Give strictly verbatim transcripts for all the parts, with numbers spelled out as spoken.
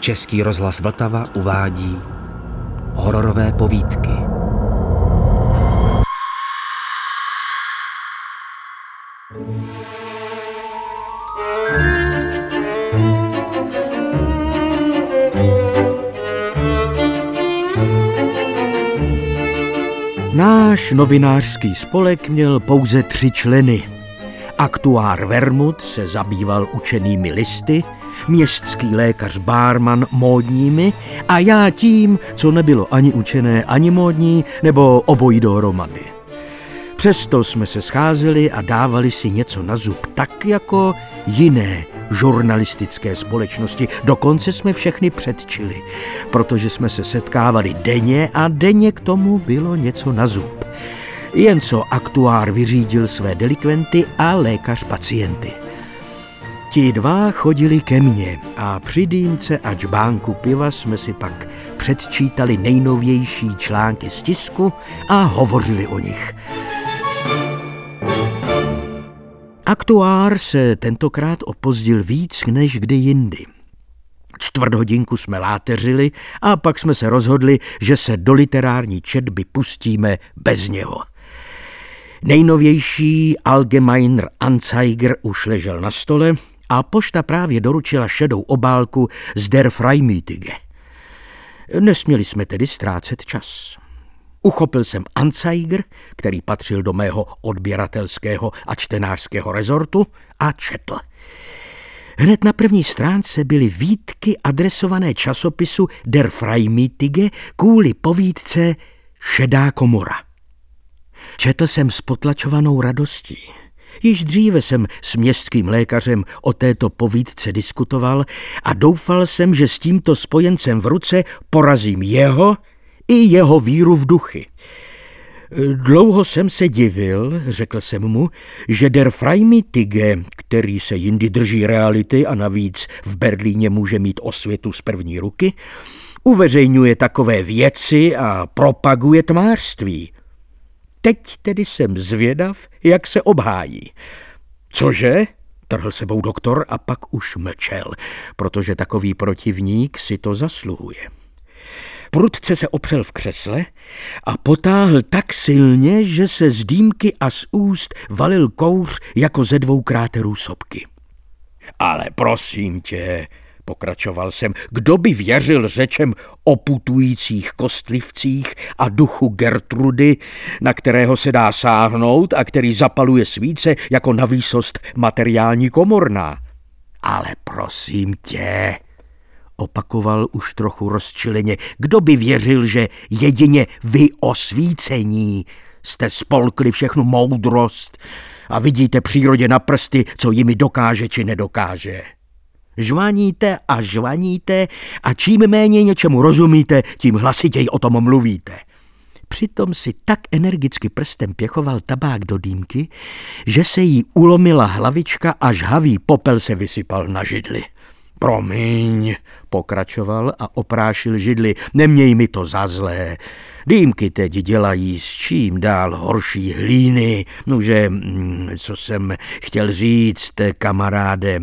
Český rozhlas Vltava uvádí hororové povídky. Náš novinářský spolek měl pouze tři členy. Aktuár Vermut se zabýval učenými listy, městský lékař Bárman módními a já tím, co nebylo ani učené, ani módní, nebo obojí dohromady. Přesto jsme se scházeli a dávali si něco na zub, tak jako jiné žurnalistické společnosti. Dokonce jsme všechny předčili, protože jsme se setkávali denně a denně k tomu bylo něco na zub. Jen co aktuár vyřídil své delikventy a lékař pacienty. Ti dva chodili ke mně a při dýmce a džbánku piva jsme si pak předčítali nejnovější články z tisku a hovořili o nich. Aktuár se tentokrát opozdil víc než kdy jindy. Čtvrt hodinku jsme láteřili a pak jsme se rozhodli, že se do literární četby pustíme bez něho. Nejnovější Allgemeiner Anzeiger už ležel na stole a pošta právě doručila šedou obálku z Der Freimütige. Nesměli jsme tedy ztrácet čas. Uchopil jsem Anzeiger, který patřil do mého odběratelského a čtenářského rezortu, a četl. Hned na první stránce byly výtky adresované časopisu Der Freimütige kvůli povídce Šedá komora. Četl jsem s potlačovanou radostí. Již dříve jsem s městským lékařem o této povídce diskutoval a doufal jsem, že s tímto spojencem v ruce porazím jeho i jeho víru v duchy. Dlouho jsem se divil, řekl jsem mu, že Der Freimütige, který se jindy drží reality a navíc v Berlíně může mít osvětu z první ruky, uveřejňuje takové věci a propaguje tmářství. Teď tedy jsem zvědav, jak se obhájí. Cože? Trhl sebou doktor a pak už mlčel, protože takový protivník si to zasluhuje. Prudce se opřel v křesle a potáhl tak silně, že se z dýmky a z úst valil kouř jako ze dvou kráterů sopky. Ale prosím tě, pokračoval jsem, kdo by věřil řečem o putujících kostlivcích a duchu Gertrudy, na kterého se dá sáhnout a který zapaluje svíce jako na výsost materiální komorná. Ale prosím tě, opakoval už trochu rozčileně, kdo by věřil, že jedině vy osvícení jste spolkli všechnu moudrost a vidíte přírodě na prsty, co jimi dokáže či nedokáže. Žvaníte a žvaníte a čím méně něčemu rozumíte, tím hlasitěji o tom mluvíte. Přitom si tak energicky prstem pěchoval tabák do dýmky, že se jí ulomila hlavička a žhavý popel se vysypal na židli. Promiň, pokračoval a oprášil židli, neměj mi to za zlé. Dýmky teď dělají s čím dál horší hlíny. Nože, co jsem chtěl říct, kamaráde,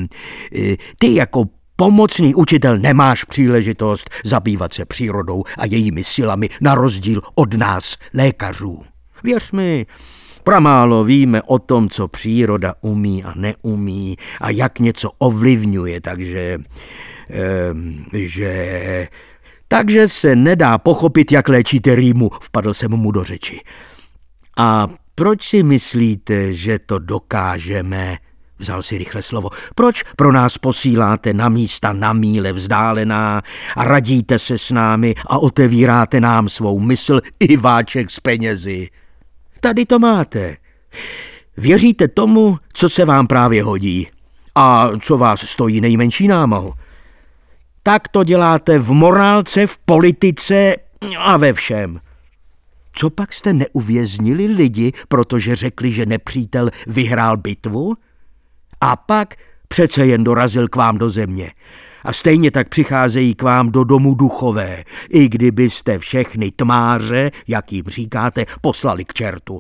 ty jako pomocný učitel nemáš příležitost zabývat se přírodou a jejími silami na rozdíl od nás, lékařů. Věř mi, pramálo víme o tom, co příroda umí a neumí a jak něco ovlivňuje, takže... Eh, že... Takže se nedá pochopit, jak léčíte rýmu, vpadl jsem mu do řeči. A proč si myslíte, že to dokážeme? Vzal si rychle slovo. Proč pro nás posíláte na místa na míle vzdálená a radíte se s námi a otevíráte nám svou mysl i váček s penězi? Tady to máte. Věříte tomu, co se vám právě hodí a co vás stojí nejmenší námahu. Tak to děláte v morálce, v politice a ve všem. Co pak jste neuvěznili lidi, protože řekli, že nepřítel vyhrál bitvu? A pak přece jen dorazil k vám do země. A stejně tak přicházejí k vám do domu duchové, i kdybyste všechny tmáře, jak jim říkáte, poslali k čertu.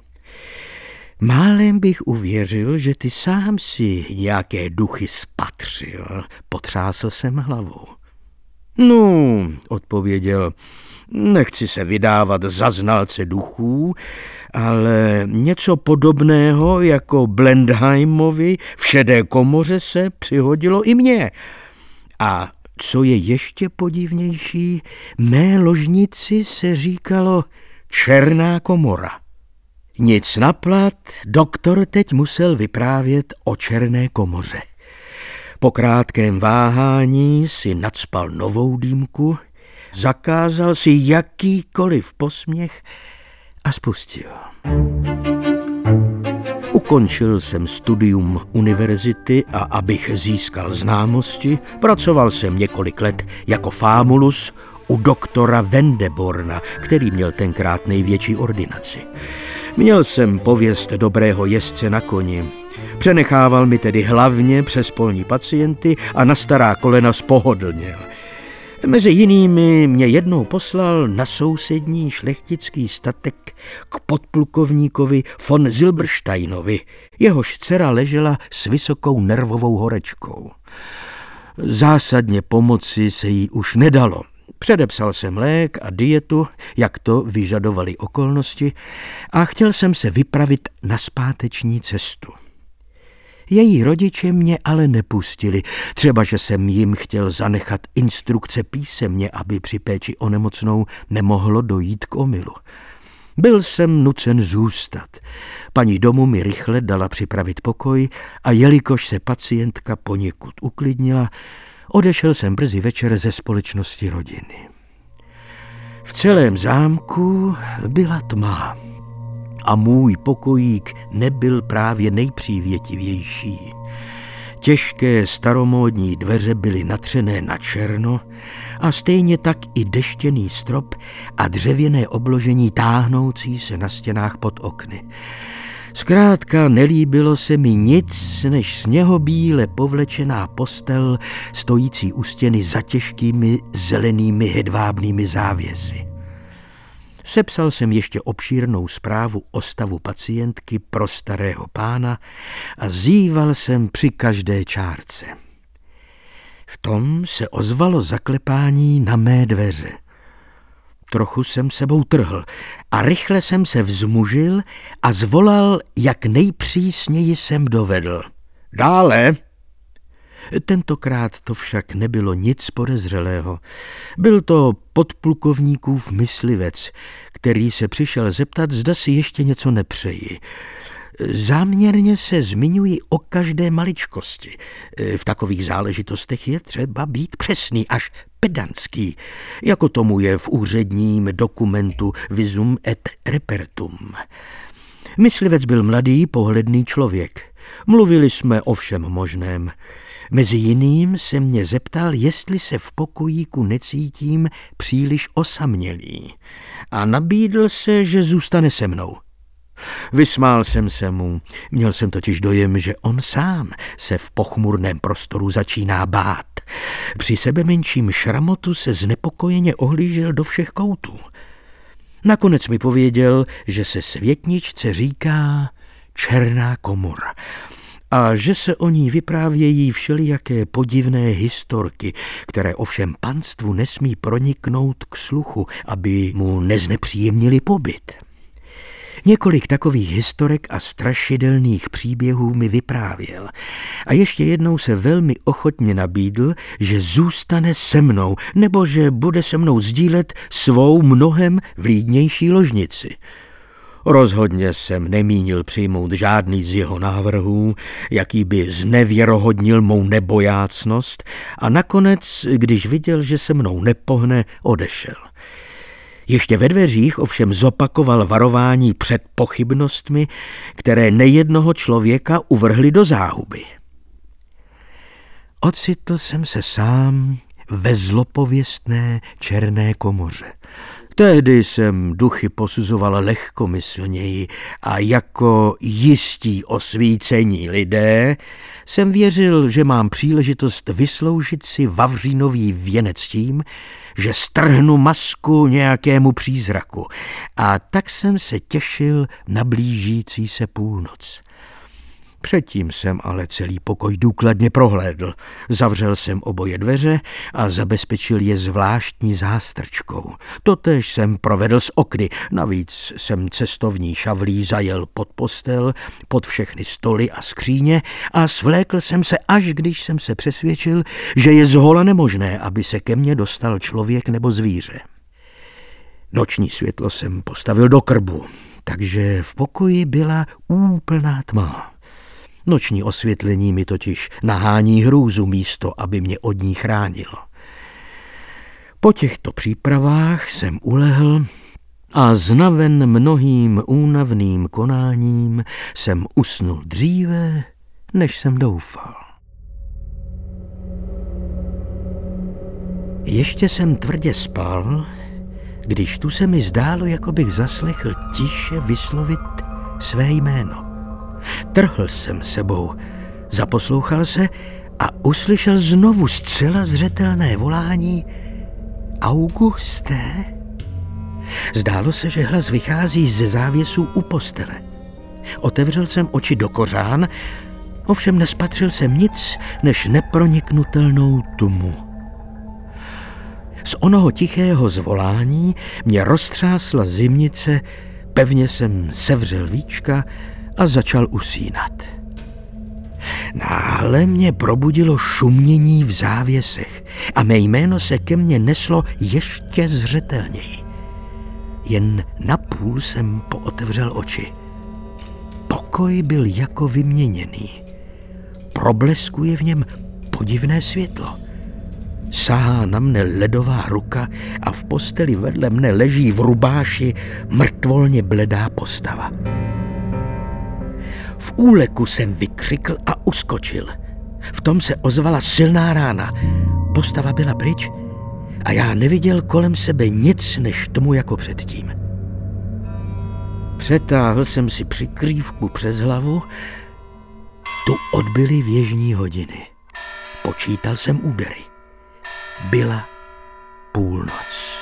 Málem bych uvěřil, že ty sám si nějaké duchy spatřil. Potřásl jsem hlavou. No, odpověděl, nechci se vydávat za znalce duchů, ale něco podobného jako Blenheimovi v šedé komoře se přihodilo i mně. A co je ještě podivnější, mé ložnici se říkalo Černá komora. Nic na plat, doktor teď musel vyprávět o Černé komoře. Po krátkém váhání si nacpal novou dýmku, zakázal si jakýkoliv posměch a spustil. Ukončil jsem studium univerzity a abych získal známosti, pracoval jsem několik let jako fámulus u doktora Vendeborna, který měl tenkrát největší ordinaci. Měl jsem pověst dobrého jezdce na koni. Přenechával mi tedy hlavně přes polní pacienty a na stará kolena spohodlněl. Mezi jinými mě jednou poslal na sousední šlechtický statek k podplukovníkovi von Silbersteinovi. Jehož dcera ležela s vysokou nervovou horečkou. Zásadně pomoci se jí už nedalo. Předepsal jsem lék a dietu, jak to vyžadovaly okolnosti, a chtěl jsem se vypravit na zpáteční cestu. Její rodiče mě ale nepustili, třeba že jsem jim chtěl zanechat instrukce písemně, aby při péči o nemocnou nemohlo dojít k omylu. Byl jsem nucen zůstat. Paní domu mi rychle dala připravit pokoj a jelikož se pacientka poněkud uklidnila, odešel jsem brzy večer ze společnosti rodiny. V celém zámku byla tma a můj pokojík nebyl právě nejpřívětivější. Těžké staromódní dveře byly natřené na černo a stejně tak i deštěný strop a dřevěné obložení táhnoucí se na stěnách pod okny. Zkrátka nelíbilo se mi nic, než sněhobíle povlečená postel stojící u stěny za těžkými zelenými hedvábnými závěsy. Sepsal jsem ještě obšírnou zprávu o stavu pacientky pro starého pána a zíval jsem při každé čárce. V tom se ozvalo zaklepání na mé dveře. Trochu jsem sebou trhl a rychle jsem se vzmužil a zvolal, jak nejpřísněji jsem dovedl. Dále. Tentokrát to však nebylo nic podezřelého. Byl to podplukovníkův myslivec, který se přišel zeptat, zda si ještě něco nepřeji. Záměrně se zmiňuji o každé maličkosti. V takových záležitostech je třeba být přesný, až pedantský, jako tomu je v úředním dokumentu Visum et Repertum. Myslivec byl mladý, pohledný člověk. Mluvili jsme o všem možném. Mezi jiným se mě zeptal, jestli se v pokojíku necítím příliš osamělý, a nabídl se, že zůstane se mnou. Vysmál jsem se mu, měl jsem totiž dojem, že on sám se v pochmurném prostoru začíná bát. Při sebe menším šramotu se znepokojeně ohlížel do všech koutů. Nakonec mi pověděl, že se světničce říká Černá komora a že se o ní vyprávějí všelijaké podivné historky, které ovšem panstvu nesmí proniknout k sluchu, aby mu neznepříjemnili pobyt. Několik takových historek a strašidelných příběhů mi vyprávěl a ještě jednou se velmi ochotně nabídl, že zůstane se mnou nebo že bude se mnou sdílet svou mnohem vlídnější ložnici. Rozhodně jsem nemínil přijmout žádný z jeho návrhů, jaký by znevěrohodnil mou nebojácnost, a nakonec, když viděl, že se mnou nepohne, odešel. Ještě ve dveřích ovšem zopakoval varování před pochybnostmi, které nejednoho člověka uvrhly do záhuby. Ocitl jsem se sám ve zlopověstné Černé komoře. Tehdy jsem duchy posuzoval lehkomyslněji a jako jistí osvícení lidé jsem věřil, že mám příležitost vysloužit si vavřínový věnec tím, že strhnu masku nějakému přízraku, a tak jsem se těšil na blížící se půlnoc. Předtím jsem ale celý pokoj důkladně prohlédl. Zavřel jsem oboje dveře a zabezpečil je zvláštní zástrčkou. Totéž jsem provedl s okny. Navíc jsem cestovní šavlí zajel pod postel, pod všechny stoly a skříně a svlékl jsem se, až když jsem se přesvědčil, že je zhola nemožné, aby se ke mně dostal člověk nebo zvíře. Noční světlo jsem postavil do krbu, takže v pokoji byla úplná tma. Noční osvětlení mi totiž nahání hrůzu místo, aby mě od ní chránilo. Po těchto přípravách jsem ulehl a znaven mnohým únavným konáním jsem usnul dříve, než jsem doufal. Ještě jsem tvrdě spal, když tu se mi zdálo, jako bych zaslechl tiše vyslovit své jméno. Trhl jsem sebou, zaposlouchal se a uslyšel znovu zcela zřetelné volání Auguste. Zdálo se, že hlas vychází ze závěsů u postele. Otevřel jsem oči do kořán, ovšem nespatřil jsem nic než neproniknutelnou tmu. Z onoho tichého zvolání mě roztřásla zimnice, pevně jsem sevřel víčka a začal usínat. Náhle mě probudilo šumění v závěsech a mé jméno se ke mně neslo ještě zřetelněji. Jen napůl jsem pootevřel oči. Pokoj byl jako vyměněný. Probleskuje v něm podivné světlo. Sahá na mne ledová ruka a v posteli vedle mne leží v rubáši mrtvolně bledá postava. V úleku jsem vykřikl a uskočil. V tom se ozvala silná rána. Postava byla pryč a já neviděl kolem sebe nic než tmu jako předtím. Přetáhl jsem si přikrývku přes hlavu. Tu odbyly věžní hodiny. Počítal jsem údery. Byla půlnoc.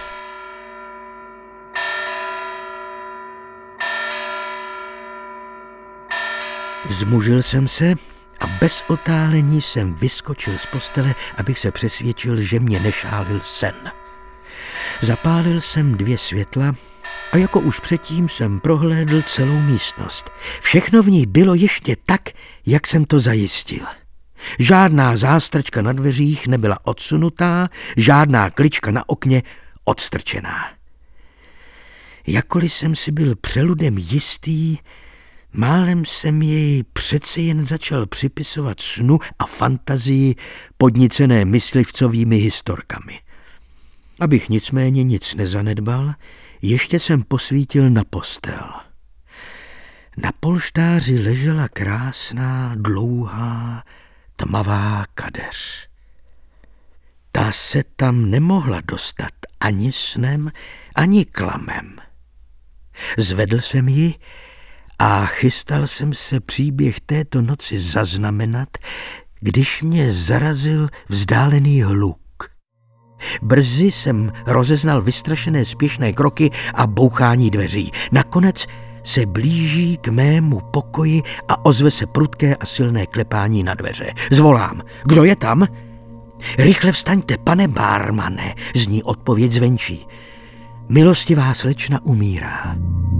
Zmužil jsem se a bez otálení jsem vyskočil z postele, abych se přesvědčil, že mě nešálil sen. Zapálil jsem dvě světla a jako už předtím jsem prohlédl celou místnost. Všechno v ní bylo ještě tak, jak jsem to zajistil. Žádná zástrčka na dveřích nebyla odsunutá, žádná klička na okně odstrčená. Jakkoliv jsem si byl přeludem jistý, málem jsem jej přece jen začal připisovat snu a fantazii podnicené myslivcovými historkami. Abych nicméně nic nezanedbal, ještě jsem posvítil na postel. Na polštáři ležela krásná, dlouhá, tmavá kadeř. Ta se tam nemohla dostat ani snem, ani klamem. Zvedl jsem ji a chystal jsem se příběh této noci zaznamenat, když mě zarazil vzdálený hluk. Brzy jsem rozeznal vystrašené spěšné kroky a bouchání dveří. Nakonec se blíží k mému pokoji a ozve se prudké a silné klepání na dveře. Zvolám. Kdo je tam? Rychle vstaňte, pane bármane, zní odpověď zvenčí. Milostivá slečna umírá.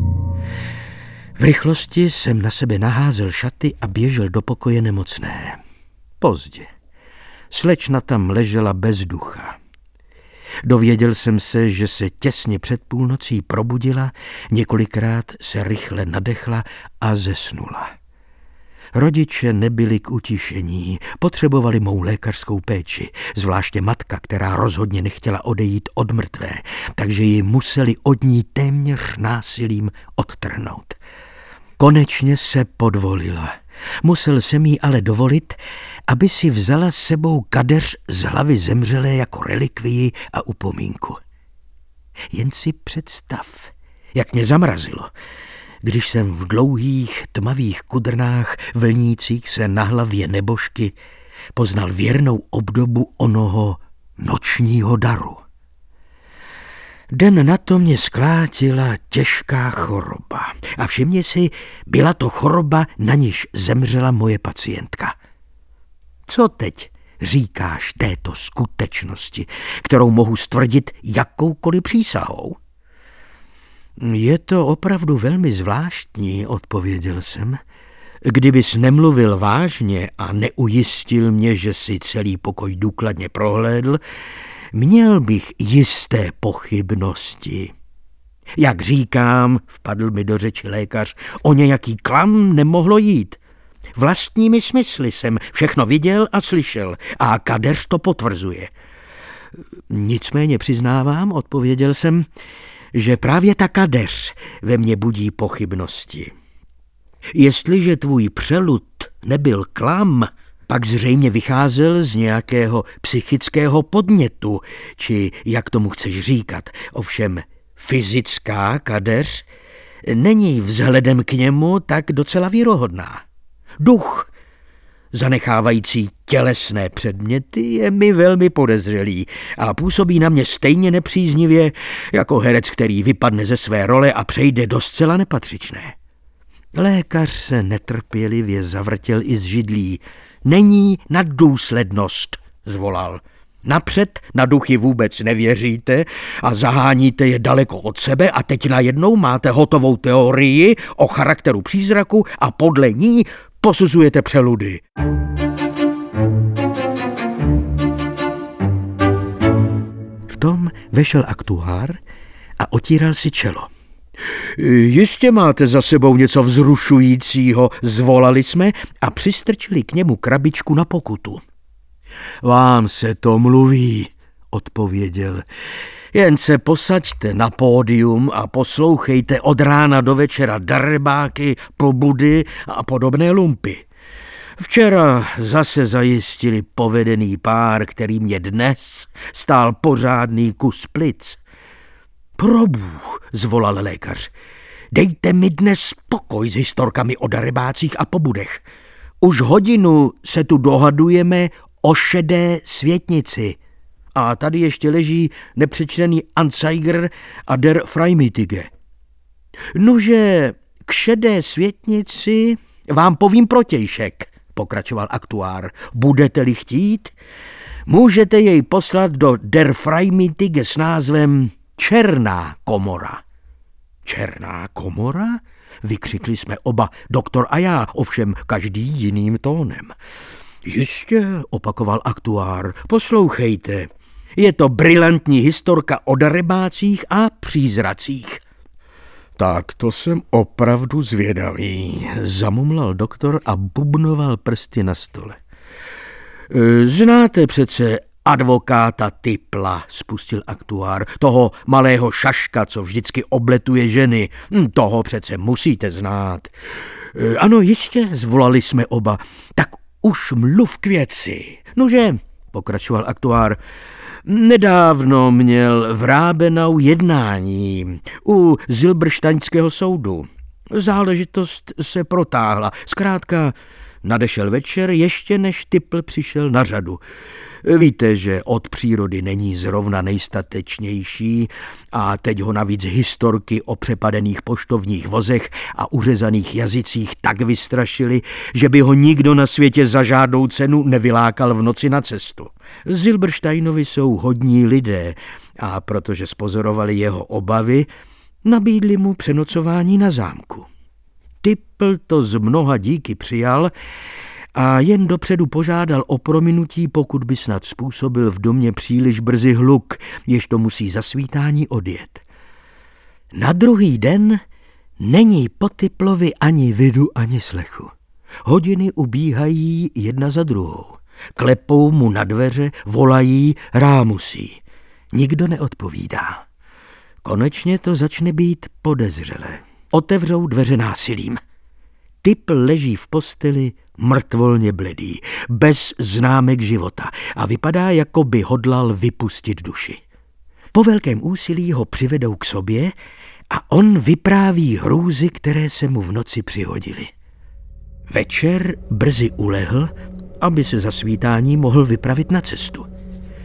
V rychlosti jsem na sebe naházel šaty a běžel do pokoje nemocné. Pozdě. Slečna tam ležela bez ducha. Dověděl jsem se, že se těsně před půlnocí probudila, několikrát se rychle nadechla a zesnula. Rodiče nebyli k utišení, potřebovali mou lékařskou péči, zvláště matka, která rozhodně nechtěla odejít od mrtvé, takže ji museli od ní téměř násilím odtrhnout. Konečně se podvolila. Musel jsem jí ale dovolit, aby si vzala s sebou kadeř z hlavy zemřelé jako relikvii a upomínku. Jen si představ, jak mě zamrazilo, když jsem v dlouhých tmavých kudrnách vlnících se na hlavě nebožky poznal věrnou obdobu onoho nočního daru. Den na to mě sklátila těžká choroba. A všimni si, byla to choroba, na níž zemřela moje pacientka. Co teď říkáš této skutečnosti, kterou mohu stvrdit jakoukoliv přísahou? Je to opravdu velmi zvláštní, odpověděl jsem. Kdybys nemluvil vážně a neujistil mě, že si celý pokoj důkladně prohlédl, měl bych jisté pochybnosti. Jak říkám, vpadl mi do řeči lékař, o nějaký klam nemohlo jít. Vlastními smysly jsem všechno viděl a slyšel a kadeř to potvrzuje. Nicméně přiznávám, odpověděl jsem, že právě ta kadeř ve mně budí pochybnosti. Jestliže tvůj přelud nebyl klam, pak zřejmě vycházel z nějakého psychického podnětu, či jak tomu chceš říkat. Ovšem fyzická kadeř není vzhledem k němu tak docela věrohodná. Duch, zanechávající tělesné předměty, je mi velmi podezřelý a působí na mě stejně nepříznivě jako herec, který vypadne ze své role a přejde do zcela nepatřičné. Lékař se netrpělivě zavrtěl i z židlí. Není na důslednost, zvolal. Napřed na duchy vůbec nevěříte a zaháníte je daleko od sebe a teď najednou máte hotovou teorii o charakteru přízraku a podle ní posuzujete přeludy. V tom vešel aktuár a otíral si čelo. Jistě máte za sebou něco vzrušujícího, zvolali jsme a přistrčili k němu krabičku na pokutu. Vám se to mluví, odpověděl. Jen se posaďte na pódium a poslouchejte od rána do večera darebáky, pobudy a podobné lumpy. Včera zase zajistili povedený pár, který mě dnes stál pořádný kus plic. Probůh, zvolal lékař, dejte mi dnes pokoj s historkami o darebácích a pobudech. Už hodinu se tu dohadujeme o šedé světnici. A tady ještě leží nepřečtený Anzeiger a der Freimütige. Nože k šedé světnici vám povím protějšek, pokračoval aktuár. Budete-li chtít, můžete jej poslat do der Freimütige s názvem Černá komora. Černá komora? Vykřikli jsme oba, doktor a já, ovšem každý jiným tónem. Jistě, opakoval aktuár, poslouchejte. Je to brilantní historka o darebácích a přízracích. Tak to jsem opravdu zvědavý, zamumlal doktor a bubnoval prsty na stole. Znáte přece advokáta Tipla, spustil aktuár, toho malého šaška, co vždycky obletuje ženy. Toho přece musíte znát. Ano, jistě, zvolali jsme oba. Tak už mluv k věci. Nože, pokračoval aktuár, nedávno měl v Rábenau jednání u Zilberštajnského soudu. Záležitost se protáhla. Zkrátka nadešel večer, ještě než Tipl přišel na řadu. Víte, že od přírody není zrovna nejstatečnější a teď ho navíc historky o přepadených poštovních vozech a uřezaných jazycích tak vystrašili, že by ho nikdo na světě za žádnou cenu nevylákal v noci na cestu. Zilberštajnovi jsou hodní lidé a protože spozorovali jeho obavy, nabídli mu přenocování na zámku. Tipl to z mnoha díky přijal a jen dopředu požádal o prominutí, pokud by snad způsobil v domě příliš brzy hluk, jež to musí za svítání odjet. Na druhý den není po Tiplovi ani vidu, ani slechu. Hodiny ubíhají jedna za druhou. Klepou mu na dveře, volají, rámusí. Nikdo neodpovídá. Konečně to začne být podezřelé. Otevřou dveře násilím. Tipl leží v posteli mrtvolně bledý, bez známek života a vypadá, jako by hodlal vypustit duši. Po velkém úsilí ho přivedou k sobě a on vypráví hrůzy, které se mu v noci přihodily. Večer brzy ulehl, aby se za svítání mohl vypravit na cestu.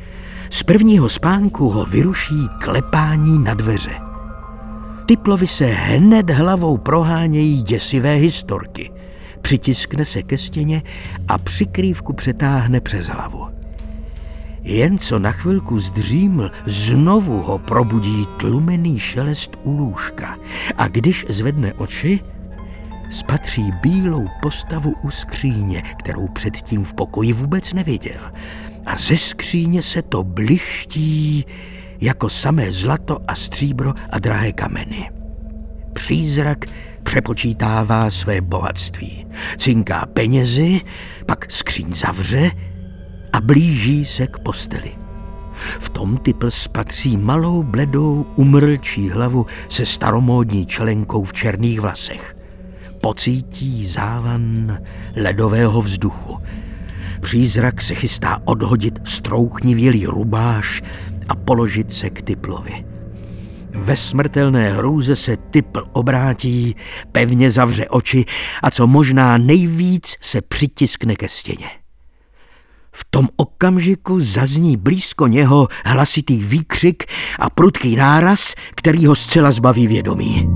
Z prvního spánku ho vyruší klepání na dveře. Tiplovi se hned hlavou prohánějí děsivé historky. Přitiskne se ke stěně a přikrývku přetáhne přes hlavu. Jen co na chvilku zdříml, znovu ho probudí tlumený šelest u lůžka. A když zvedne oči, spatří bílou postavu u skříně, kterou předtím v pokoji vůbec neviděl. A ze skříně se to bliští jako samé zlato a stříbro a drahé kameny. Přízrak přepočítává své bohatství. Cinká penězi, pak skříň zavře a blíží se k posteli. V tom Tipl spatří malou bledou umrlčí hlavu se staromódní čelenkou v černých vlasech. Pocítí závan ledového vzduchu. Přízrak se chystá odhodit strouchnivělý rubáš a položit se k Tiplovi. Ve smrtelné hrůze se Tipl obrátí, pevně zavře oči a co možná nejvíc se přitiskne ke stěně. V tom okamžiku zazní blízko něho hlasitý výkřik a prudký náraz, který ho zcela zbaví vědomí.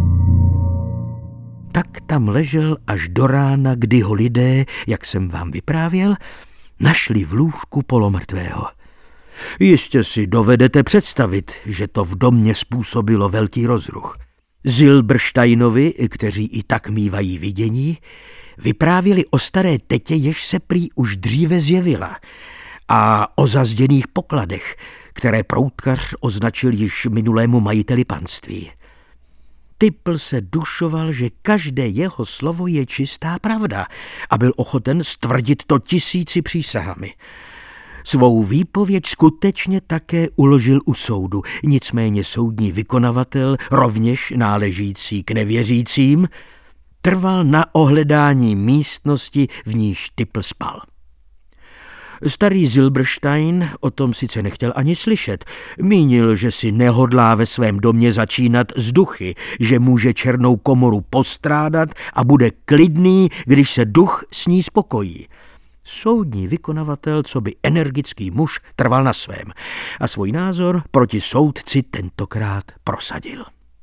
Tak tam ležel až do rána, kdy ho lidé, jak jsem vám vyprávěl, našli v lůžku polomrtvého. Jistě si dovedete představit, že to v domě způsobilo velký rozruch. Zilbersteinovi, kteří i tak mívají vidění, vyprávěli o staré tetě, jež se prý už dříve zjevila, a o zazděných pokladech, které proutkař označil již minulému majiteli panství. Tipl se dušoval, že každé jeho slovo je čistá pravda a byl ochoten stvrdit to tisíci přísahami. Svou výpověď skutečně také uložil u soudu, nicméně soudní vykonavatel, rovněž náležící k nevěřícím, trval na ohledání místnosti, v níž Tipl spal. Starý Zilberstein o tom sice nechtěl ani slyšet. Mínil, že si nehodlá ve svém domě začínat s duchy, že může černou komoru postrádat a bude klidný, když se duch s ní spokojí. Soudní vykonavatel, co by energický muž, trval na svém a svůj názor proti soudci tentokrát prosadil.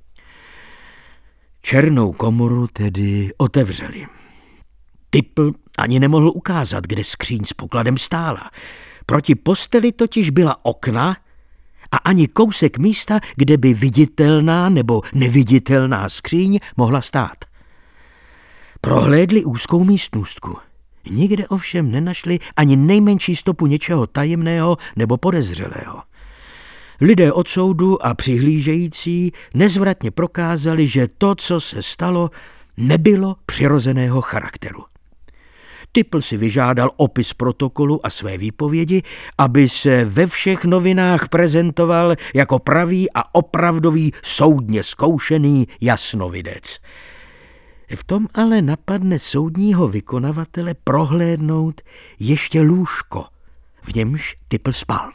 Černou komoru tedy otevřeli. Tipl ani nemohl ukázat, kde skříň s pokladem stála. Proti posteli totiž byla okna a ani kousek místa, kde by viditelná nebo neviditelná skříň mohla stát. Prohlédli úzkou místnůstku. Nikde ovšem nenašli ani nejmenší stopu něčeho tajemného nebo podezřelého. Lidé od soudu a přihlížející nezvratně prokázali, že to, co se stalo, nebylo přirozeného charakteru. Tipl si vyžádal opis protokolu a své výpovědi, aby se ve všech novinách prezentoval jako pravý a opravdový soudně zkoušený jasnovidec. V tom ale napadne soudního vykonavatele prohlédnout ještě lůžko, v němž Tipl spal.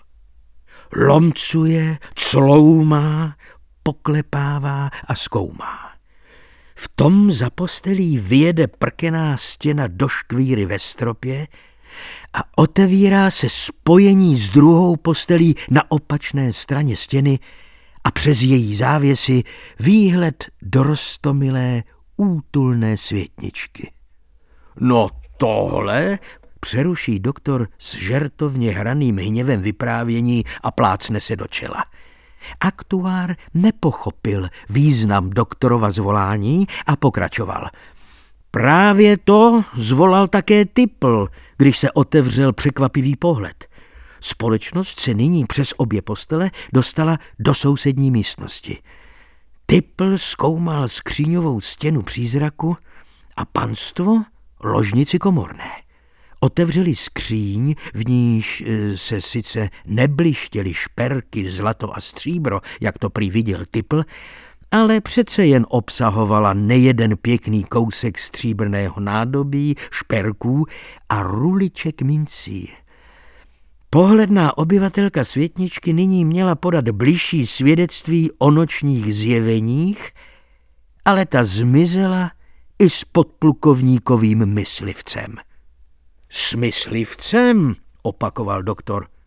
Lomcuje, cloumá, poklepává a zkoumá. V tom za postelí vyjede prkená stěna do škvíry ve stropě a otevírá se spojení s druhou postelí na opačné straně stěny a přes její závěsy výhled do roztomilé útulné světničky. No tohle, přeruší doktor s žertovně hraným hněvem vyprávění a plácne se do čela. Aktuár nepochopil význam doktorova zvolání a pokračoval. Právě to zvolal také Tipl, když se otevřel překvapivý pohled. Společnost se nyní přes obě postele dostala do sousední místnosti. Tipl zkoumal skříňovou stěnu přízraku a panstvo ložnici komorné. Otevřeli skříň, v níž se sice neblištěly šperky, zlato a stříbro, jak to prý viděl Tipl, ale přece jen obsahovala nejeden pěkný kousek stříbrného nádobí, šperků a ruliček mincí. Pohledná obyvatelka světničky nyní měla podat bližší svědectví o nočních zjeveních, ale ta zmizela i s podplukovníkovým myslivcem. S myslivcem, opakoval doktor.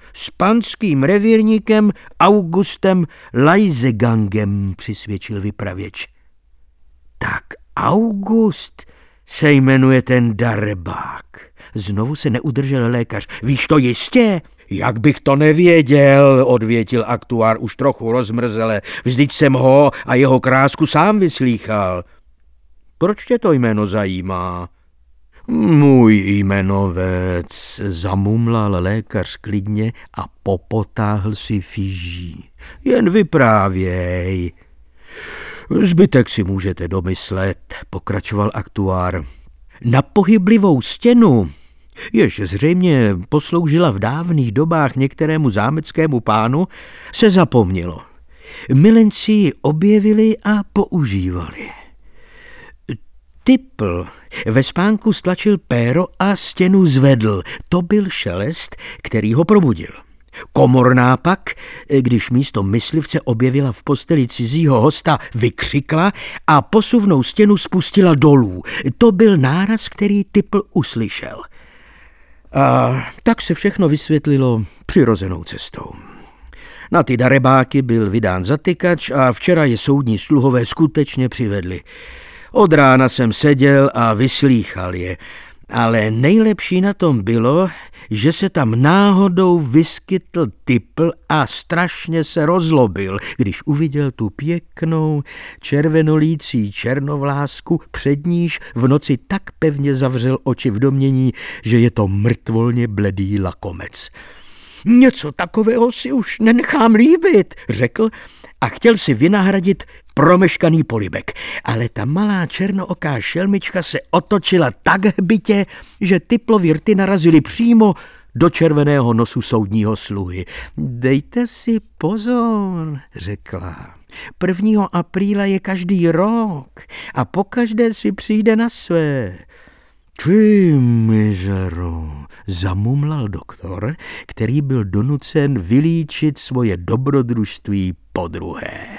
S panským revírníkem Augustem Leisegangem, přisvědčil vypravěč. Tak August se jmenuje ten darebák. Znovu se neudržel lékař. Víš to jistě? Jak bych to nevěděl, odvětil aktuár už trochu rozmrzele. Vždyť jsem ho a jeho krásku sám vyslýchal. Proč tě to jméno zajímá? Můj jmenovec, zamumlal lékař klidně a popotáhl si fiží. Jen vyprávěj. Zbytek si můžete domyslet, pokračoval aktuár. Na pohyblivou stěnu, jež zřejmě posloužila v dávných dobách některému zámeckému pánu, se zapomnělo. Milenci ji objevili a používali. Tipl ve spánku stlačil péro a stěnu zvedl. To byl šelest, který ho probudil. Komorná pak, když místo myslivce objevila v posteli cizího hosta, vykřikla a posuvnou stěnu spustila dolů. To byl náraz, který Tipl uslyšel. A tak se všechno vysvětlilo přirozenou cestou. Na ty darebáky byl vydán zatykač a včera je soudní sluhové skutečně přivedli. Od rána jsem seděl a vyslýchal je, ale nejlepší na tom bylo, že se tam náhodou vyskytl Tipl a strašně se rozlobil, když uviděl tu pěknou červenolící černovlásku, před níž v noci tak pevně zavřel oči v domnění, že je to mrtvolně bledý lakomec. Něco takového si už nenechám líbit, řekl a chtěl si vynahradit promeškaný polibek, ale ta malá černooká šelmička se otočila tak hbitě, že Tiplovi rty narazily přímo do červeného nosu soudního sluhy. Dejte si pozor, řekla. prvního apríla je každý rok a pokaždé si přijde na své. Ty mizero, zamumlal doktor, který byl donucen vylíčit svoje dobrodružství podruhé.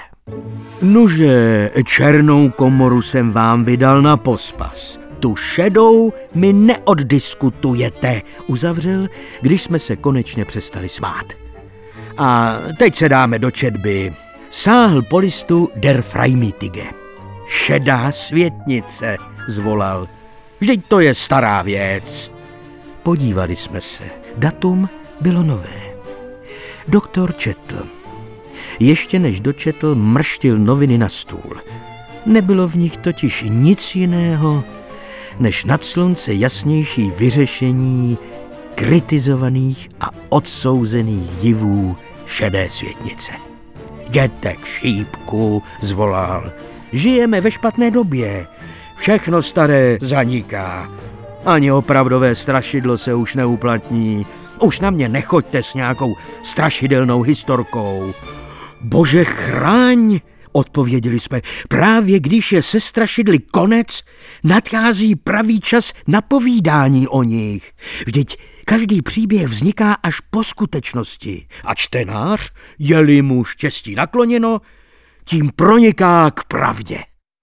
Nuže, černou komoru jsem vám vydal na pospas. Tu šedou mi neoddiskutujete, uzavřel, když jsme se konečně přestali smát. A teď se dáme do četby. Sáhl po listu Der Freimütige. Šedá světnice, zvolal. Vždyť to je stará věc. Podívali jsme se. Datum bylo nové. Doktor četl. Ještě než dočetl, mrštil noviny na stůl. Nebylo v nich totiž nic jiného, než nad slunce jasnější vyřešení kritizovaných a odsouzených divů šedé světnice. Jděte k šípku, zvolal. Žijeme ve špatné době. Všechno staré zaniká. Ani opravdové strašidlo se už neuplatní. Už na mě nechoďte s nějakou strašidelnou historkou. Bože chráň, odpověděli jsme, právě když je se strašidly konec, nadchází pravý čas na povídání o nich. Vždyť každý příběh vzniká až po skutečnosti a čtenář, je-li mu štěstí nakloněno, tím proniká k pravdě.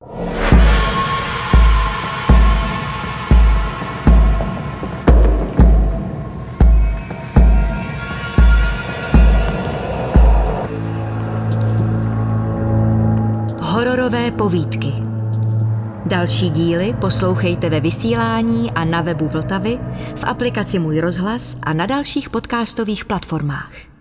Hororové povídky. Další díly poslouchejte ve vysílání a na webu Vltavy, v aplikaci Můj rozhlas a na dalších podcastových platformách.